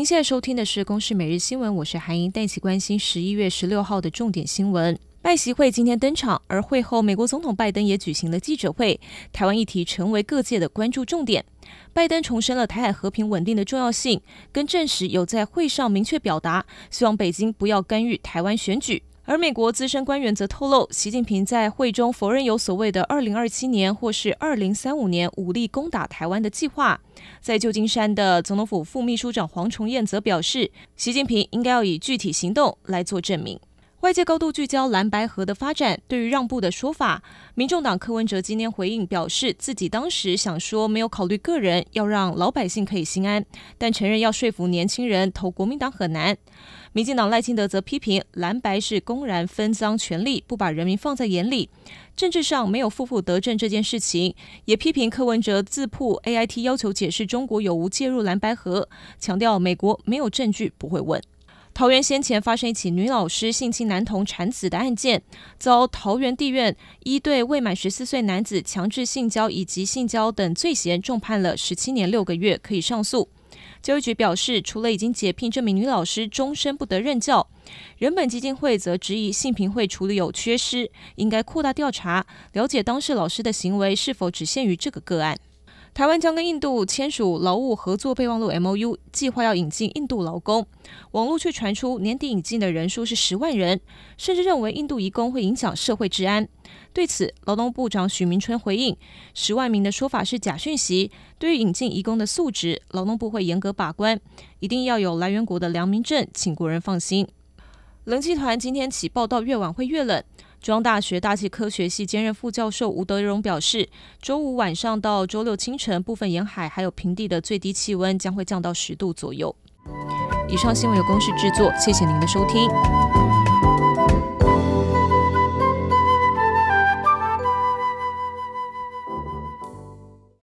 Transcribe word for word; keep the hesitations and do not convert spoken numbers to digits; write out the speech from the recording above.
您现在收听的是《公视每日新闻》，我是韩莹，带一起关心十一月十六号的重点新闻。拜习会今天登场，而会后美国总统拜登也举行了记者会，台湾议题成为各界的关注重点。拜登重申了台海和平稳定的重要性，跟证实有在会上明确表达，希望北京不要干预台湾选举。而美国资深官员则透露，习近平在会中否认有所谓的二零二七年或是二零三五年武力攻打台湾的计划。在旧金山的总统府副秘书长黄崇彦则表示，习近平应该要以具体行动来做证明。外界高度聚焦蓝白合的发展，对于让步的说法，民众党柯文哲今天回应表示，自己当时想说没有考虑个人，要让老百姓可以心安，但承认要说服年轻人投国民党很难。民进党赖清德则批评蓝白是公然分赃权力，不把人民放在眼里，政治上没有负负得正这件事情，也批评柯文哲自曝 A I T 要求解释中国有无介入蓝白合，强调美国没有证据不会问。桃园先前发生一起女老师性侵男童产子的案件，遭桃园地院依对未满十四岁男子强制性交以及性交等罪嫌重判了十七年六个月，可以上诉。教育局表示，除了已经解聘这名女老师终身不得任教，人本基金会则质疑性平会处理有缺失，应该扩大调查，了解当事老师的行为是否只限于这个个案。台湾将跟印度签署劳务合作备忘录 M O U， 计划要引进印度劳工，网络却传出年底引进的人数是十万人，甚至认为印度移工会影响社会治安。对此，劳动部长许明春回应，十万名的说法是假讯息，对于引进移工的素质，劳动部会严格把关，一定要有来源国的良民证，请国人放心。冷气团今天起报道越晚会越冷。中央大学大气科学系兼任副教授吴德荣表示，周五晚上到周六清晨，部分沿海还有平地的最低气温将会降到十度左右。以上新闻由公视制作，谢谢您的收听。